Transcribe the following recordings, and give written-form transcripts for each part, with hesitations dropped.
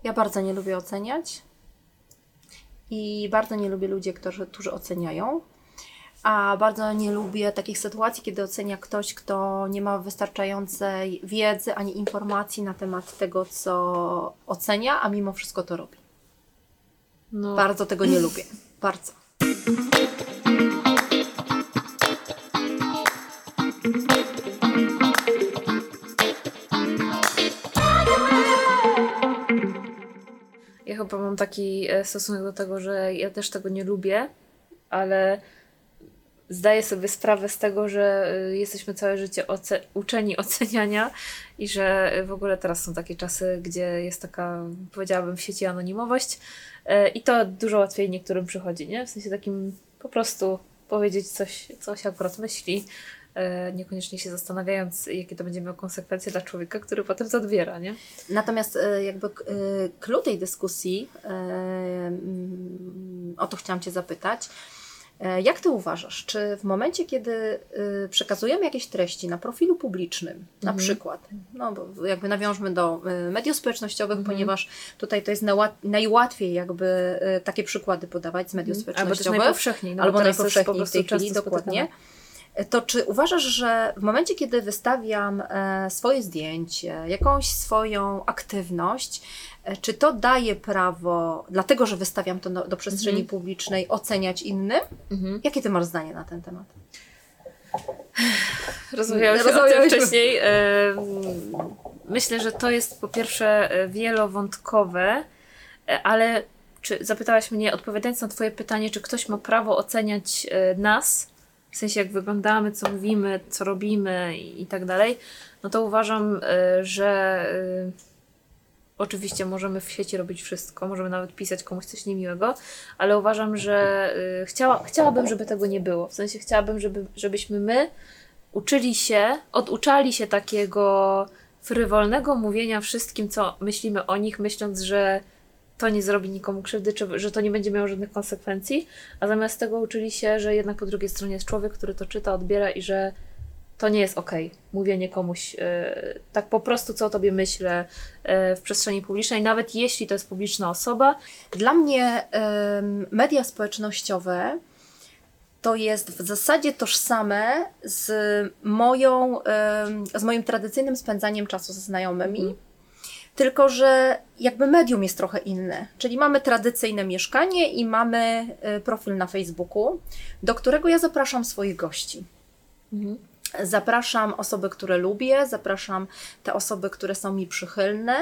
Ja bardzo nie lubię oceniać i bardzo nie lubię ludzi, którzy oceniają. A bardzo nie lubię takich sytuacji, kiedy ocenia ktoś, kto nie ma wystarczającej wiedzy ani informacji na temat tego, co ocenia, a mimo wszystko to robi. No. Bardzo tego nie lubię. Bardzo. Ja chyba mam taki stosunek do tego, że ja też tego nie lubię, ale zdaję sobie sprawę z tego, że jesteśmy całe życie uczeni oceniania i że w ogóle teraz są takie czasy, gdzie jest taka, powiedziałabym, w sieci anonimowość i to dużo łatwiej niektórym przychodzi, nie? W sensie takim po prostu powiedzieć coś, co się akurat myśli, niekoniecznie się zastanawiając, jakie to będzie miało konsekwencje dla człowieka, który potem to odbiera, nie? Natomiast jakby clue tej dyskusji, o to chciałam Cię zapytać, jak Ty uważasz, czy w momencie, kiedy przekazujemy jakieś treści na profilu publicznym, na przykład, no bo jakby nawiążmy do mediów społecznościowych, ponieważ tutaj to jest najłatwiej jakby takie przykłady podawać z mediów społecznościowych. Albo najpowszechniej. No albo najpowszechniej w tej chwili, dokładnie. To czy uważasz, że w momencie, kiedy wystawiam swoje zdjęcie, jakąś swoją aktywność, czy to daje prawo, dlatego że wystawiam to do przestrzeni publicznej, oceniać innym? Jakie Ty masz zdanie na ten temat? Rozmawiałyśmy o tym wcześniej. Myślę, że to jest po pierwsze wielowątkowe, ale zapytałaś mnie, odpowiadając na Twoje pytanie, czy ktoś ma prawo oceniać nas, w sensie jak wyglądamy, co mówimy, co robimy i tak dalej, no to uważam, że oczywiście możemy w sieci robić wszystko, możemy nawet pisać komuś coś niemiłego, ale uważam, że chciałabym, żeby tego nie było. W sensie chciałabym, żebyśmy my oduczali się takiego frywolnego mówienia wszystkim, co myślimy o nich, myśląc, że to nie zrobi nikomu krzywdy, czy że to nie będzie miało żadnych konsekwencji, a zamiast tego uczyli się, że jednak po drugiej stronie jest człowiek, który to czyta, odbiera i że to nie jest okej. Mówienie komuś tak po prostu, co o tobie myślę w przestrzeni publicznej, nawet jeśli to jest publiczna osoba. Dla mnie media społecznościowe to jest w zasadzie tożsame z moim tradycyjnym spędzaniem czasu ze znajomymi. Tylko że jakby medium jest trochę inne, czyli mamy tradycyjne mieszkanie i mamy profil na Facebooku, do którego ja zapraszam swoich gości. Zapraszam osoby, które lubię, zapraszam te osoby, które są mi przychylne.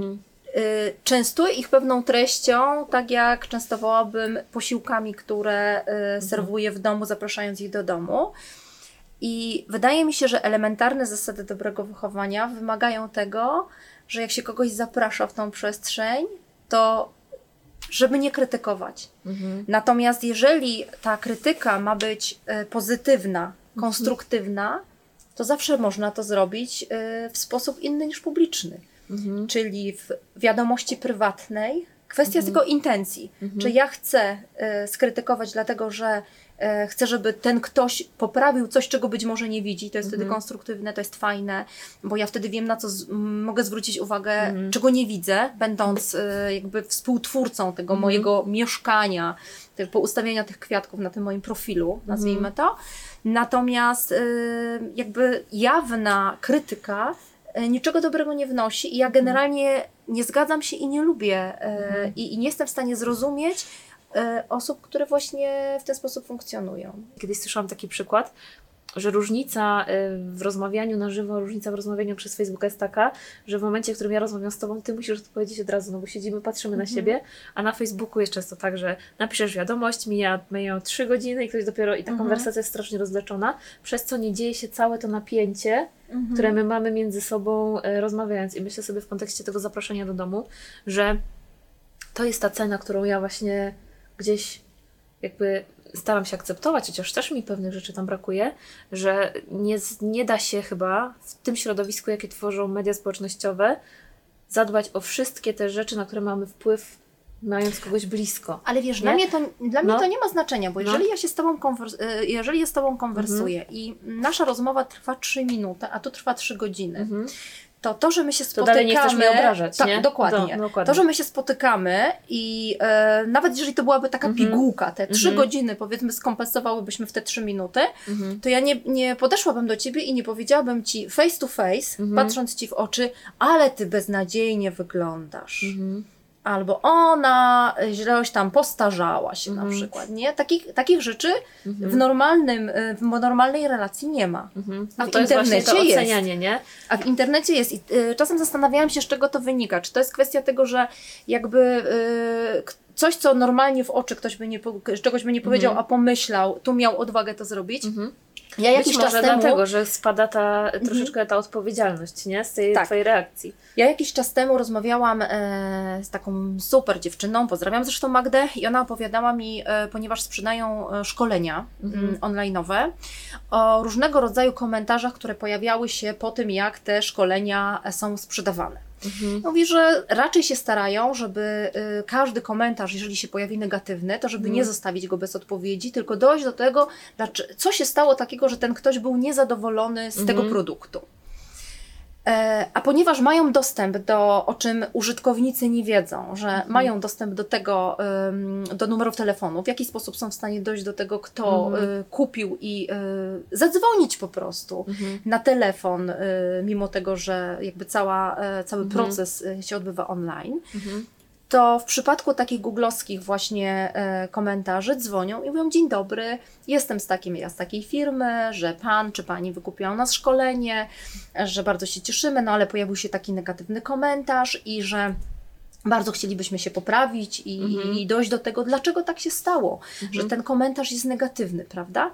Częstuję ich pewną treścią, tak jak częstowałabym posiłkami, które serwuję w domu, zapraszając ich do domu. I wydaje mi się, że elementarne zasady dobrego wychowania wymagają tego, że jak się kogoś zaprasza w tą przestrzeń, to żeby nie krytykować. Natomiast jeżeli ta krytyka ma być pozytywna, konstruktywna, to zawsze można to zrobić w sposób inny niż publiczny. Czyli w wiadomości prywatnej. Kwestia jest tylko intencji. Czy ja chcę skrytykować dlatego, że chcę, żeby ten ktoś poprawił coś, czego być może nie widzi. To jest wtedy konstruktywne, to jest fajne, bo ja wtedy wiem, na co mogę zwrócić uwagę, czego nie widzę, będąc jakby współtwórcą tego mojego mieszkania, poustawienia tych kwiatków na tym moim profilu, nazwijmy to. Natomiast jakby jawna krytyka niczego dobrego nie wnosi i ja generalnie nie zgadzam się i nie lubię i nie jestem w stanie zrozumieć osób, które właśnie w ten sposób funkcjonują. Kiedyś słyszałam taki przykład, że różnica w rozmawianiu na żywo, różnica w rozmawianiu przez Facebooka jest taka, że w momencie, w którym ja rozmawiam z Tobą, Ty musisz odpowiedzieć od razu, no bo siedzimy, patrzymy na siebie, a na Facebooku jest często tak, że napiszesz wiadomość, mijają 3 godziny i ktoś dopiero, i ta konwersacja jest strasznie rozleczona, przez co nie dzieje się całe to napięcie, które my mamy między sobą rozmawiając. I myślę sobie w kontekście tego zaproszenia do domu, że to jest ta cena, którą ja właśnie gdzieś jakby staram się akceptować, chociaż też mi pewnych rzeczy tam brakuje, że nie da się chyba w tym środowisku, jakie tworzą media społecznościowe, zadbać o wszystkie te rzeczy, na które mamy wpływ, mając kogoś blisko. Ale wiesz, dla mnie to nie ma znaczenia, bo jeżeli ja z Tobą konwersuję i nasza rozmowa trwa 3 minuty, a tu trwa 3 godziny, to, że my się To spotykamy... dalej nie chcesz mnie obrażać, tak, nie? Dokładnie. Dokładnie. To, że my się spotykamy i nawet jeżeli to byłaby taka pigułka, te 3 godziny, powiedzmy, skompensowałybyśmy w te 3 minuty, to ja nie podeszłabym do ciebie i nie powiedziałabym ci face to face, patrząc ci w oczy, ale ty beznadziejnie wyglądasz. Albo ona źleś tam postarzała się na przykład, nie? Takich rzeczy w normalnej relacji nie ma. A w to jest właśnie internecie to jest. ocenianie, nie? A w internecie jest. I czasem zastanawiałam się, z czego to wynika. Czy to jest kwestia tego, że jakby coś, co normalnie w oczy czegoś by nie powiedział, a pomyślał, tu miał odwagę to zrobić. Ja jakiś czas temu... dlatego, że spada troszeczkę ta odpowiedzialność, nie? Z tej twojej reakcji. Ja jakiś czas temu rozmawiałam z taką super dziewczyną, pozdrawiam zresztą Magdę, i ona opowiadała mi, ponieważ sprzedają szkolenia online'owe, o różnego rodzaju komentarzach, które pojawiały się po tym, jak te szkolenia są sprzedawane. Mówi, że raczej się starają, żeby każdy komentarz, jeżeli się pojawi negatywny, to żeby nie zostawić go bez odpowiedzi, tylko dojść do tego, co się stało takiego, że ten ktoś był niezadowolony z tego produktu. A ponieważ mają dostęp o czym użytkownicy nie wiedzą, że mają dostęp do tego, do numerów telefonu, w jaki sposób są w stanie dojść do tego, kto kupił i zadzwonić po prostu na telefon, mimo tego, że jakby cały proces się odbywa online, to w przypadku takich googlowskich właśnie komentarzy dzwonią i mówią: dzień dobry, jestem z takiej firmy, że pan czy pani wykupiła u nas szkolenie, że bardzo się cieszymy, no ale pojawił się taki negatywny komentarz i że bardzo chcielibyśmy się poprawić i dojść do tego, dlaczego tak się stało, że ten komentarz jest negatywny, prawda?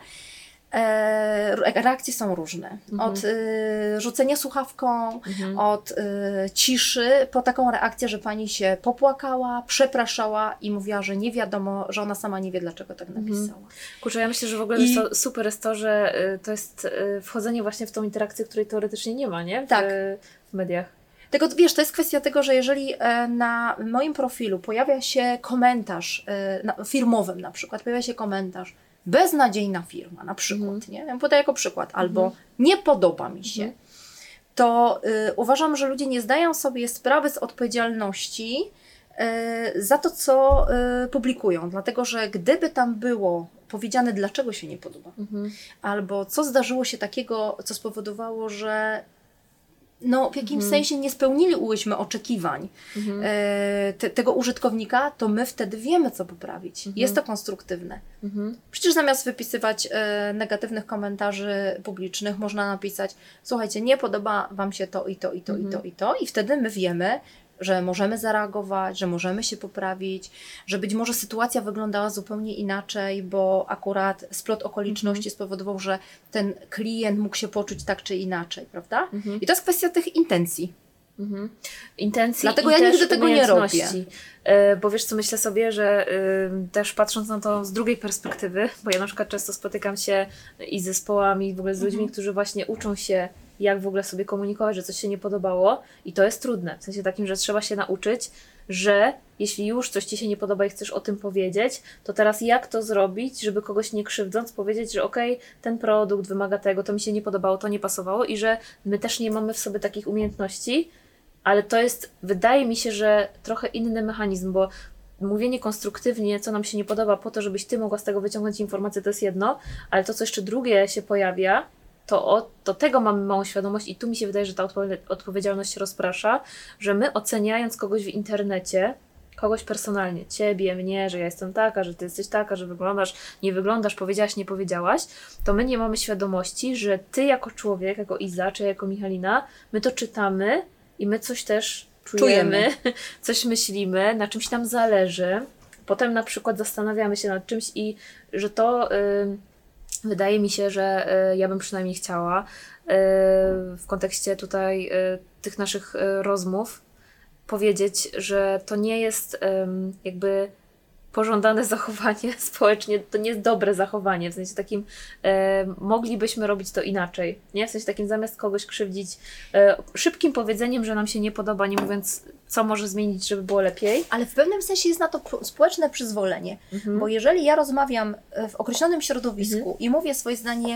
Reakcje są różne. Od rzucenia słuchawką, od ciszy, po taką reakcję, że pani się popłakała, przepraszała i mówiła, że nie wiadomo, że ona sama nie wie, dlaczego tak napisała. Kurczę, ja myślę, że w ogóle super jest to, że to jest wchodzenie właśnie w tą interakcję, której teoretycznie nie ma, nie? W mediach. Tylko wiesz, to jest kwestia tego, że jeżeli na moim profilu pojawia się komentarz, firmowym na przykład, pojawia się komentarz: beznadziejna firma, na przykład, nie? Ja podaję jako przykład, albo nie podoba mi się, to uważam, że ludzie nie zdają sobie sprawy z odpowiedzialności za to, co publikują, dlatego że gdyby tam było powiedziane, dlaczego się nie podoba, albo co zdarzyło się takiego, co spowodowało, że w jakimś sensie nie spełniliśmy oczekiwań tego użytkownika, to my wtedy wiemy, co poprawić. Jest to konstruktywne. Przecież zamiast wypisywać negatywnych komentarzy publicznych, można napisać: słuchajcie, nie podoba wam się to i to i to i to i to, i wtedy my wiemy, że możemy zareagować, że możemy się poprawić, że być może sytuacja wyglądała zupełnie inaczej, bo akurat splot okoliczności spowodował, że ten klient mógł się poczuć tak czy inaczej, prawda? I to jest kwestia tych intencji. Intencji. Dlatego i ja też nigdy tego nie robię. Bo wiesz co, myślę sobie, że też patrząc na to z drugiej perspektywy, bo ja na przykład często spotykam się i z zespołami, w ogóle z ludźmi, którzy właśnie uczą się, jak w ogóle sobie komunikować, że coś się nie podobało, i to jest trudne, w sensie takim, że trzeba się nauczyć, że jeśli już coś Ci się nie podoba i chcesz o tym powiedzieć, to teraz jak to zrobić, żeby kogoś nie krzywdząc powiedzieć, że okej, ten produkt wymaga tego, to mi się nie podobało, to nie pasowało, i że my też nie mamy w sobie takich umiejętności, ale to jest, wydaje mi się, że trochę inny mechanizm, bo mówienie konstruktywnie, co nam się nie podoba, po to, żebyś Ty mogła z tego wyciągnąć informację, to jest jedno, ale to, co jeszcze drugie się pojawia, to tego mamy małą świadomość, i tu mi się wydaje, że ta odpowiedzialność się rozprasza, że my, oceniając kogoś w internecie, kogoś personalnie, Ciebie, mnie, że ja jestem taka, że Ty jesteś taka, że wyglądasz, nie wyglądasz, powiedziałaś, nie powiedziałaś, to my nie mamy świadomości, że Ty jako człowiek, jako Iza, czy jako Michalina, my to czytamy i my coś też czujemy. Coś myślimy, na czymś nam zależy. Potem na przykład zastanawiamy się nad czymś i że to... Wydaje mi się, że ja bym przynajmniej chciała w kontekście tutaj tych naszych rozmów powiedzieć, że to nie jest jakby pożądane zachowanie społecznie, to nie jest dobre zachowanie, w sensie takim moglibyśmy robić to inaczej, nie? W sensie takim, zamiast kogoś krzywdzić szybkim powiedzeniem, że nam się nie podoba, nie mówiąc, co może zmienić, żeby było lepiej. Ale w pewnym sensie jest na to społeczne przyzwolenie, bo jeżeli ja rozmawiam w określonym środowisku i mówię swoje zdanie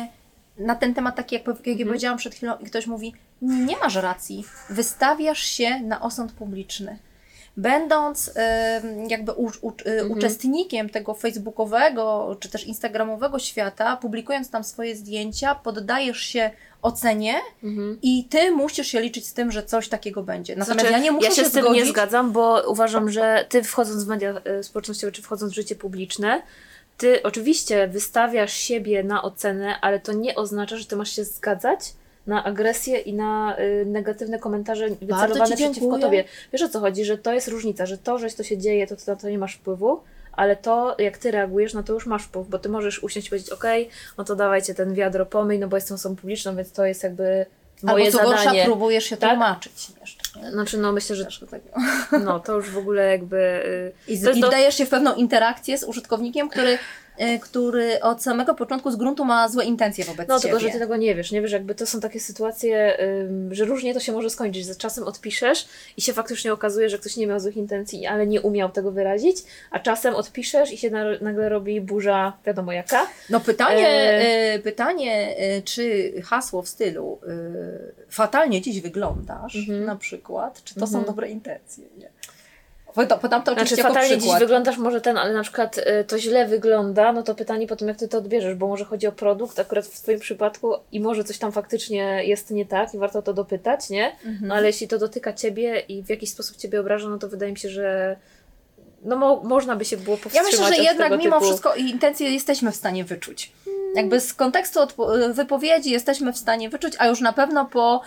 na ten temat, taki jak ja powiedziałam przed chwilą, i ktoś mówi, nie masz racji, wystawiasz się na osąd publiczny. Będąc jakby uczestnikiem tego facebookowego czy też instagramowego świata, publikując tam swoje zdjęcia, poddajesz się ocenie i ty musisz się liczyć z tym, że coś takiego będzie. Natomiast ja nie muszę się z tym zgodzić. nie zgadzam, bo uważam, że ty wchodząc w media społecznościowe czy wchodząc w życie publiczne, ty oczywiście wystawiasz siebie na ocenę, ale to nie oznacza, że ty masz się zgadzać na agresję i na negatywne komentarze wycelowane przeciwko tobie. Wiesz, o co chodzi? Że to jest różnica, że to, że to się dzieje, to ty na to nie masz wpływu, ale to, jak ty reagujesz, no to już masz wpływ, bo ty możesz usiąść i powiedzieć, no to dawajcie ten wiadro pomyj, no bo jestem osobą publiczną, więc to jest jakby moje albo co zadanie. gorsza, próbujesz się tłumaczyć jeszcze. Nie? Znaczy, no myślę, że no to już w ogóle jakby... I wdajesz się w pewną interakcję z użytkownikiem, który od samego początku z gruntu ma złe intencje wobec ciebie. No tylko, że ty tego nie wiesz, jakby to są takie sytuacje, że różnie to się może skończyć, że czasem odpiszesz i się faktycznie okazuje, że ktoś nie miał złych intencji, ale nie umiał tego wyrazić, a czasem odpiszesz i się nagle robi burza, wiadomo jaka. No pytanie, czy hasło w stylu fatalnie dziś wyglądasz, na przykład, czy to są dobre intencje, nie? Podam to oczywiście jako fatalnie przykład. dziś wyglądasz może ale na przykład to źle wygląda, no to pytanie potem jak ty to odbierzesz, bo może chodzi o produkt akurat w twoim przypadku i może coś tam faktycznie jest nie tak i warto to dopytać, nie? No ale jeśli to dotyka ciebie i w jakiś sposób ciebie obraża, no to wydaje mi się, że można by się było powstrzymać. Ja myślę, że jednak mimo typu... wszystko intencje jesteśmy w stanie wyczuć. Jakby z kontekstu wypowiedzi jesteśmy w stanie wyczuć, a już na pewno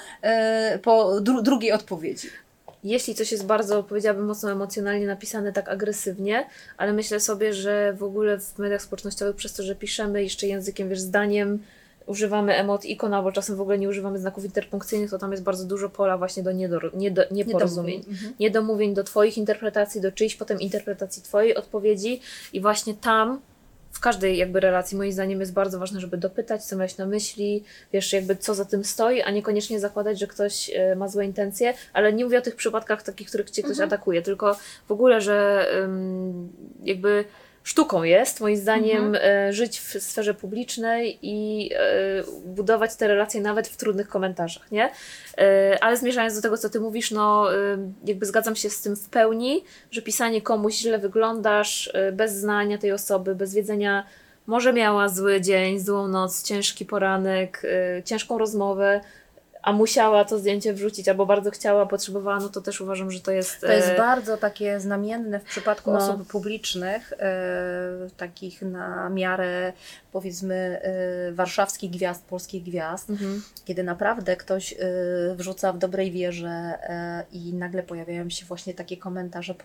po drugiej odpowiedzi. Jeśli coś jest bardzo, powiedziałabym, mocno emocjonalnie napisane, tak agresywnie, ale myślę sobie, że w ogóle w mediach społecznościowych przez to, że piszemy jeszcze językiem, zdaniem, używamy ikon, albo czasem w ogóle nie używamy znaków interpunkcyjnych, to tam jest bardzo dużo pola właśnie do nieporozumień. Niedomówień do twoich interpretacji, do czyjś potem interpretacji twojej odpowiedzi i właśnie tam w każdej jakby relacji moim zdaniem jest bardzo ważne, żeby dopytać, co miałeś na myśli, wiesz, jakby co za tym stoi, a niekoniecznie zakładać, że ktoś ma złe intencje, ale nie mówię o tych przypadkach takich, których cię ktoś atakuje, tylko w ogóle, że jakby sztuką jest, moim zdaniem, żyć w sferze publicznej i budować te relacje nawet w trudnych komentarzach, nie? Ale zmierzając do tego, co ty mówisz, jakby zgadzam się z tym w pełni, że pisanie komuś źle wyglądasz, bez znania tej osoby, bez wiedzenia, może miała zły dzień, złą noc, ciężki poranek, ciężką rozmowę, a musiała to zdjęcie wrzucić, albo bardzo chciała, potrzebowała, no to też uważam, że to jest... To jest bardzo takie znamienne w przypadku osób publicznych, takich na miarę, powiedzmy, warszawskich gwiazd, polskich gwiazd, kiedy naprawdę ktoś wrzuca w dobrej wierze i nagle pojawiają się właśnie takie komentarze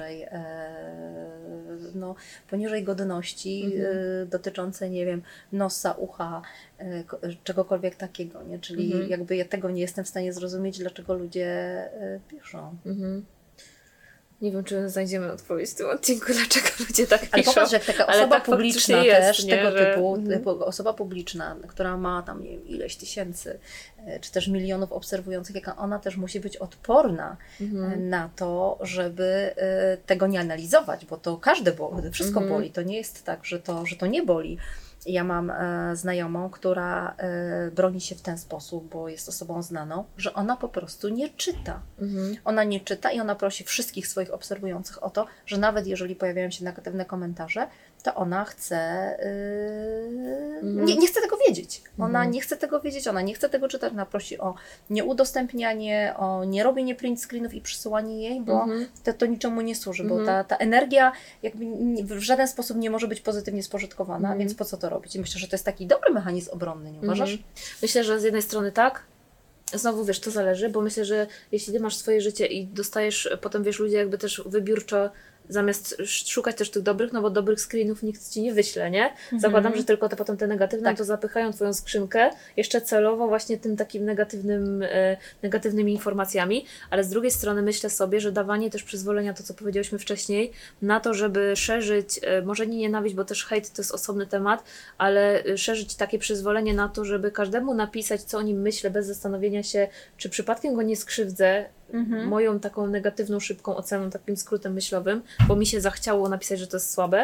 poniżej godności, dotyczące, nie wiem, nosa, ucha, czegokolwiek takiego, nie? Czyli jakby ja tego nie jestem w stanie zrozumieć, dlaczego ludzie piszą. Nie wiem, czy znajdziemy odpowiedź w tym odcinku, dlaczego ludzie tak piszą. Ale popatrz, jak taka osoba publiczna jest, też, tego typu osoba publiczna, która ma tam, nie wiem, ileś tysięcy, czy też milionów obserwujących, jaka ona też musi być odporna na to, żeby tego nie analizować, bo to wszystko boli. To nie jest tak, że to nie boli. Ja mam znajomą, która broni się w ten sposób, bo jest osobą znaną, że ona po prostu nie czyta. Ona nie czyta i ona prosi wszystkich swoich obserwujących o to, że nawet jeżeli pojawiają się negatywne komentarze, to ona chce, nie chce tego wiedzieć. Ona nie chce tego wiedzieć, ona nie chce tego czytać, ona prosi o nieudostępnianie, o nierobienie print screenów i przysyłanie jej, bo to niczemu nie służy, bo ta energia jakby w żaden sposób nie może być pozytywnie spożytkowana, więc po co to robić? I myślę, że to jest taki dobry mechanizm obronny, nie uważasz? Myślę, że z jednej strony tak, znowu wiesz, to zależy, bo myślę, że jeśli ty masz swoje życie i dostajesz, potem wiesz, ludzie jakby też wybiórczo zamiast szukać też tych dobrych, no bo dobrych screenów nikt ci nie wyśle, nie? Zakładam, że tylko potem te negatywne to zapychają twoją skrzynkę jeszcze celowo właśnie tym takim negatywnymi informacjami, ale z drugiej strony myślę sobie, że dawanie też przyzwolenia, to co powiedziałyśmy wcześniej, na to, żeby szerzyć, może nie nienawiść, bo też hejt to jest osobny temat, ale szerzyć takie przyzwolenie na to, żeby każdemu napisać, co o nim myślę, bez zastanowienia się, czy przypadkiem go nie skrzywdzę, moją taką negatywną, szybką oceną, takim skrótem myślowym, bo mi się zachciało napisać, że to jest słabe,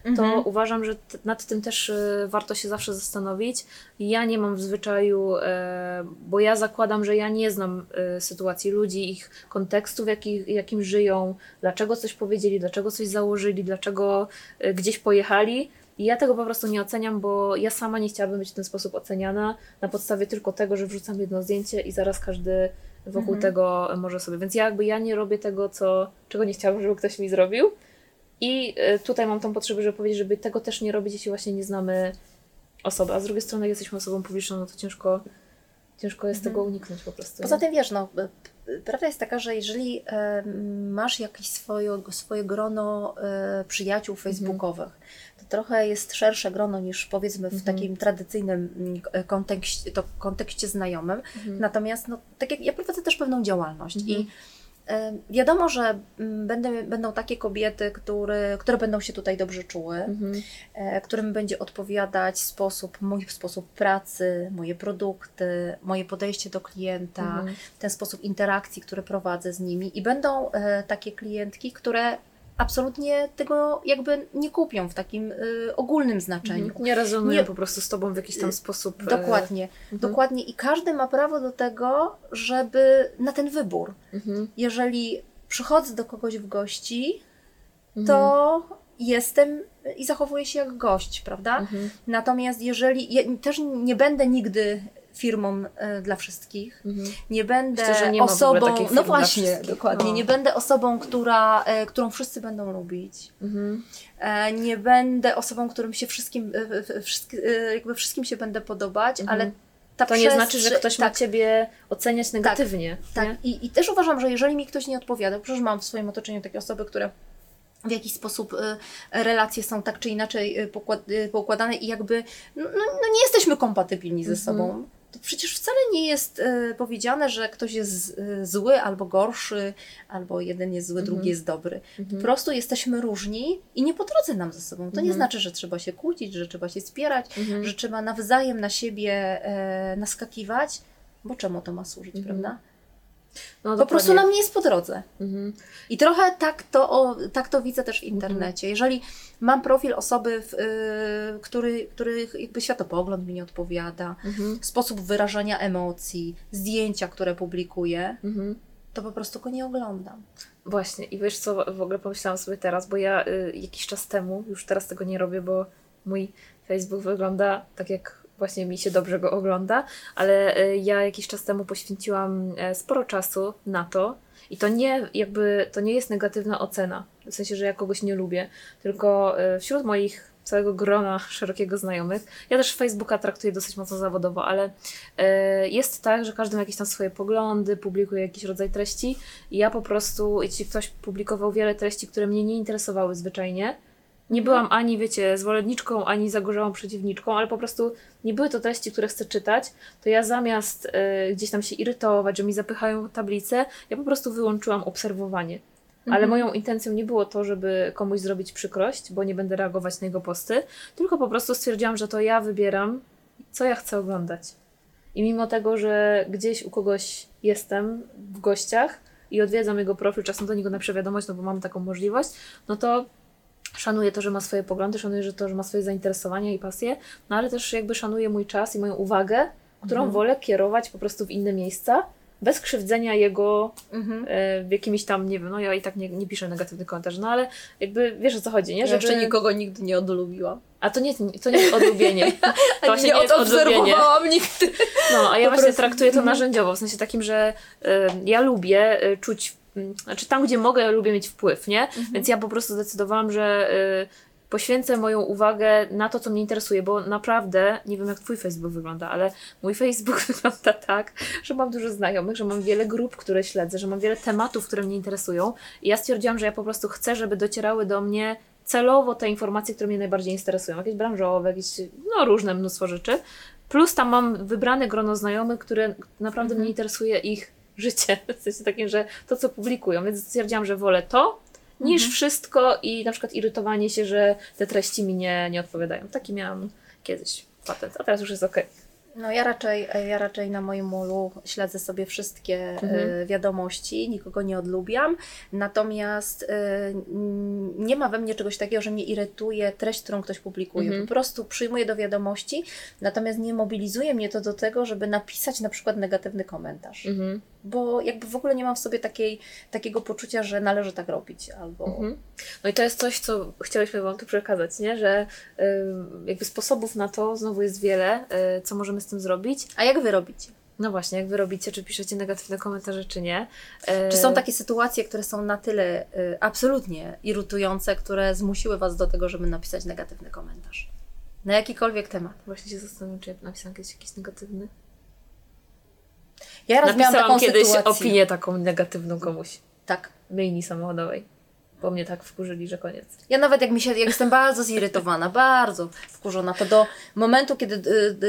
to uważam, że nad tym też warto się zawsze zastanowić. Ja nie mam w zwyczaju, bo ja zakładam, że ja nie znam sytuacji ludzi, ich kontekstu, jakim żyją, dlaczego coś powiedzieli, dlaczego coś założyli, dlaczego gdzieś pojechali. I ja tego po prostu nie oceniam, bo ja sama nie chciałabym być w ten sposób oceniana na podstawie tylko tego, że wrzucam jedno zdjęcie i zaraz każdy wokół tego może sobie. Więc ja nie robię tego, czego nie chciałabym, żeby ktoś mi zrobił. I tutaj mam tą potrzebę, żeby powiedzieć, żeby tego też nie robić, jeśli właśnie nie znamy osoby. A z drugiej strony, jak jesteśmy osobą publiczną, no to ciężko jest tego uniknąć po prostu. Poza tym wiesz, prawda jest taka, że jeżeli masz jakieś swoje grono przyjaciół facebookowych, to trochę jest szersze grono niż powiedzmy w takim tradycyjnym kontekście znajomym. Natomiast tak jak ja prowadzę też pewną działalność i wiadomo, że będą takie kobiety, które będą się tutaj dobrze czuły, którym będzie odpowiadać mój sposób pracy, moje produkty, moje podejście do klienta, ten sposób interakcji, który prowadzę z nimi i będą takie klientki, które absolutnie tego jakby nie kupią w takim ogólnym znaczeniu. Nie rezonują po prostu z Tobą w jakiś tam sposób. Dokładnie. I każdy ma prawo do tego, żeby na ten wybór. Jeżeli przychodzę do kogoś w gości, to jestem i zachowuję się jak gość, prawda? Natomiast jeżeli, ja też nie będę nigdy firmą dla wszystkich. Nie będę myślę, że nie osobą, no właśnie, dokładnie, nie będę osobą, którą wszyscy będą lubić. Nie będę osobą, którym się wszystkim się będę podobać, ale to nie znaczy, że ktoś ma Ciebie oceniać negatywnie. Tak. I też uważam, że jeżeli mi ktoś nie odpowiada, przecież mam w swoim otoczeniu takie osoby, które w jakiś sposób relacje są tak czy inaczej poukładane i jakby nie jesteśmy kompatybilni ze sobą. To przecież wcale nie jest powiedziane, że ktoś jest zły albo gorszy, albo jeden jest zły, drugi jest dobry. Po prostu jesteśmy różni i nie po drodze nam ze sobą. To nie znaczy, że trzeba się kłócić, że trzeba się wspierać, że trzeba nawzajem na siebie naskakiwać, bo czemu to ma służyć, prawda? Po prostu nam nie jest po drodze. I trochę tak to widzę też w internecie. Jeżeli mam profil osoby, których jakby światopogląd mi nie odpowiada, sposób wyrażania emocji, zdjęcia, które publikuję, to po prostu go nie oglądam. Właśnie. I wiesz co, w ogóle pomyślałam sobie teraz, bo ja jakiś czas temu, już teraz tego nie robię, bo mój Facebook wygląda tak jak właśnie mi się dobrze go ogląda, ale ja jakiś czas temu poświęciłam sporo czasu na to i to nie jest negatywna ocena, w sensie, że ja kogoś nie lubię, tylko wśród moich całego grona szerokiego znajomych, ja też Facebooka traktuję dosyć mocno zawodowo, ale jest tak, że każdy ma jakieś tam swoje poglądy, publikuje jakiś rodzaj treści i ja po prostu, jeśli ktoś publikował wiele treści, które mnie nie interesowały zwyczajnie, nie byłam ani, wiecie, zwolenniczką, ani zagorzałą przeciwniczką, ale po prostu nie były to treści, które chcę czytać, to ja zamiast gdzieś tam się irytować, że mi zapychają tablicę, ja po prostu wyłączyłam obserwowanie. Ale moją intencją nie było to, żeby komuś zrobić przykrość, bo nie będę reagować na jego posty, tylko po prostu stwierdziłam, że to ja wybieram, co ja chcę oglądać. I mimo tego, że gdzieś u kogoś jestem w gościach i odwiedzam jego profil, czasem do niego napiszę wiadomość, no bo mam taką możliwość, no to szanuję to, że ma swoje poglądy, szanuję to, że ma swoje zainteresowania i pasje, no ale też jakby szanuję mój czas i moją uwagę, którą wolę kierować po prostu w inne miejsca, bez krzywdzenia jego w jakimiś tam, nie wiem, no ja i tak nie piszę negatywnych komentarzy, no ale jakby wiesz o co chodzi, nie? Że jeszcze nikogo nigdy nie odlubiłam. A to nie jest odlubienie. To właśnie nie jest odlubienie. nigdy. No, a ja właśnie traktuję to narzędziowo, w sensie takim, że ja lubię czuć, znaczy tam, gdzie mogę, lubię mieć wpływ, nie? Więc ja po prostu zdecydowałam, że poświęcę moją uwagę na to, co mnie interesuje, bo naprawdę, nie wiem jak Twój Facebook wygląda, ale mój Facebook wygląda tak, że mam dużo znajomych, że mam wiele grup, które śledzę, że mam wiele tematów, które mnie interesują i ja stwierdziłam, że ja po prostu chcę, żeby docierały do mnie celowo te informacje, które mnie najbardziej interesują, jakieś branżowe, jakieś, no różne mnóstwo rzeczy, plus tam mam wybrane grono znajomych, które naprawdę mnie interesuje ich życie, w sensie takim, że to, co publikują, więc stwierdziłam, że wolę to, niż wszystko i na przykład irytowanie się, że te treści mi nie odpowiadają. Taki miałam kiedyś patent, a teraz już jest okej. No ja raczej na moim mulu śledzę sobie wszystkie wiadomości, nikogo nie odlubiam, natomiast nie ma we mnie czegoś takiego, że mnie irytuje treść, którą ktoś publikuje. Po prostu przyjmuję do wiadomości, natomiast nie mobilizuje mnie to do tego, żeby napisać na przykład negatywny komentarz. Bo jakby w ogóle nie mam w sobie takiego poczucia, że należy tak robić. Albo... No i to jest coś, co chciałyśmy Wam tu przekazać, nie? Że jakby sposobów na to znowu jest wiele, co możemy z tym zrobić. A jak Wy robicie? No właśnie, jak Wy robicie, czy piszecie negatywne komentarze, czy nie. Czy są takie sytuacje, które są na tyle absolutnie irytujące, które zmusiły Was do tego, żeby napisać negatywny komentarz? Na jakikolwiek temat. Właśnie się zastanawiam, czy ja napisałam kiedyś jakiś negatywny. Ja raz miałam taką kiedyś sytuację. opinię taką negatywną komuś. Tak. Myjni samochodowej. Bo mnie tak wkurzyli, że koniec. Ja nawet jak jestem bardzo zirytowana, bardzo wkurzona, to do momentu, kiedy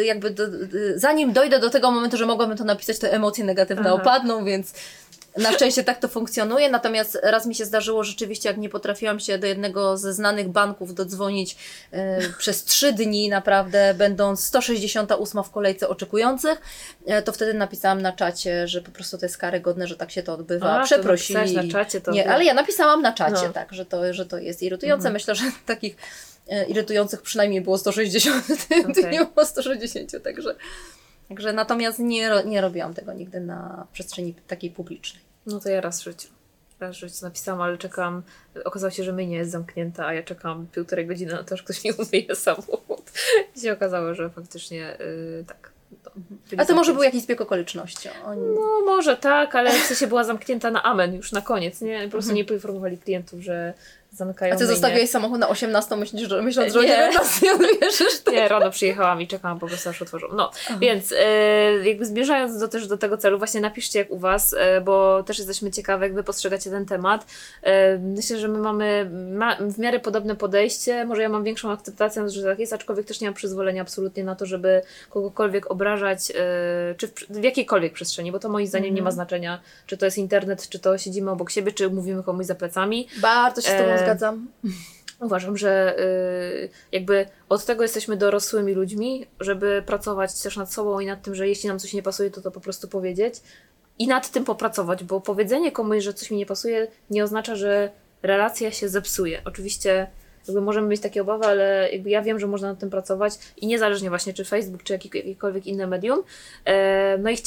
zanim dojdę do tego momentu, że mogłabym to napisać, to emocje negatywne opadną, więc na szczęście tak to funkcjonuje. Natomiast raz mi się zdarzyło rzeczywiście, jak nie potrafiłam się do jednego ze znanych banków dodzwonić przez 3 dni naprawdę, będąc 168 w kolejce oczekujących, to wtedy napisałam na czacie, że po prostu to jest karygodne, że tak się to odbywa. Przeprosili. Na czacie to nie, ale ja napisałam na czacie, tak, że to jest irytujące. Myślę, że takich irytujących przynajmniej było 160, nie było 160, Także natomiast nie robiłam tego nigdy na przestrzeni takiej publicznej. No to ja raz w życiu napisałam, ale czekam. Okazało się, że myjnia jest zamknięta, a ja czekam 1,5 godziny na to, że ktoś mi umyje samochód. I się okazało, że faktycznie tak. A to może był jakiś zbieg okoliczności? No może tak, ale w sensie była zamknięta na amen już na koniec, nie? Po prostu nie poinformowali klientów, że zamykają. A ty zostawiłeś samochód na 18, myśląc, że o 19 nie odbierzesz? Nie, rano przyjechałam i czekałam po prostu, aż otworzą. No, więc jakby zmierzając też do tego celu, właśnie napiszcie jak u Was, bo też jesteśmy ciekawe, jak Wy postrzegacie ten temat. Myślę, że my mamy w miarę podobne podejście. Może ja mam większą akceptację, że tak jest, aczkolwiek też nie mam przyzwolenia absolutnie na to, żeby kogokolwiek obrażać, czy w jakiejkolwiek przestrzeni, bo to moim zdaniem nie ma znaczenia, czy to jest internet, czy to siedzimy obok siebie, czy mówimy komuś za plecami. Bardzo się z Tobą zgadzam. Uważam, że jakby od tego jesteśmy dorosłymi ludźmi, żeby pracować też nad sobą i nad tym, że jeśli nam coś nie pasuje, to po prostu powiedzieć i nad tym popracować, bo powiedzenie komuś, że coś mi nie pasuje, nie oznacza, że relacja się zepsuje. Oczywiście jakby możemy mieć takie obawy, ale jakby ja wiem, że można nad tym pracować i niezależnie właśnie czy Facebook, czy jakiekolwiek inne medium. No i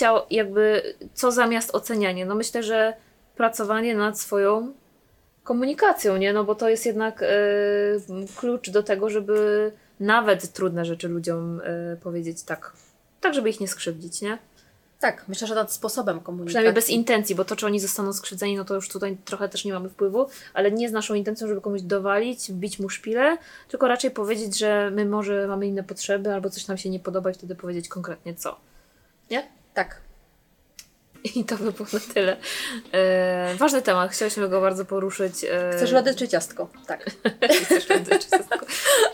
co zamiast oceniania? No myślę, że pracowanie nad swoją komunikacją, nie? No bo to jest jednak klucz do tego, żeby nawet trudne rzeczy ludziom powiedzieć tak, żeby ich nie skrzywdzić, nie? Tak, myślę, że nad sposobem komunikacji. Przynajmniej bez intencji, bo to, czy oni zostaną skrzywdzeni, no to już tutaj trochę też nie mamy wpływu, ale nie z naszą intencją, żeby komuś dowalić, wbić mu szpilę, tylko raczej powiedzieć, że my może mamy inne potrzeby, albo coś nam się nie podoba i wtedy powiedzieć konkretnie co. Nie? Tak. I to by było na tyle. Ważny temat, chciałyśmy go bardzo poruszyć. Chcesz lody czy ciastko? Tak. Chcesz lody czy ciastko?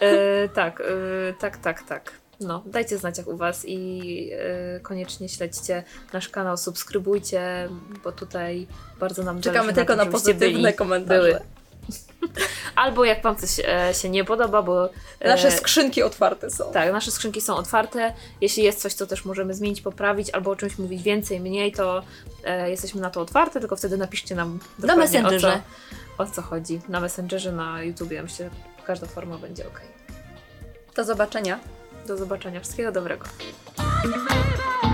Tak. No, dajcie znać jak u Was i koniecznie śledźcie nasz kanał, subskrybujcie, bo tutaj bardzo nam czekamy tylko na pozytywne komentarze. Albo jak Wam coś się nie podoba, bo... Nasze skrzynki otwarte są. Tak, nasze skrzynki są otwarte. Jeśli jest coś, co też możemy zmienić, poprawić, albo o czymś mówić więcej, mniej, to jesteśmy na to otwarte, tylko wtedy napiszcie nam na Messengerze. O co chodzi. Na Messengerze, na YouTubie. Myślę, że każda forma będzie ok. Do zobaczenia. Do zobaczenia. Wszystkiego dobrego.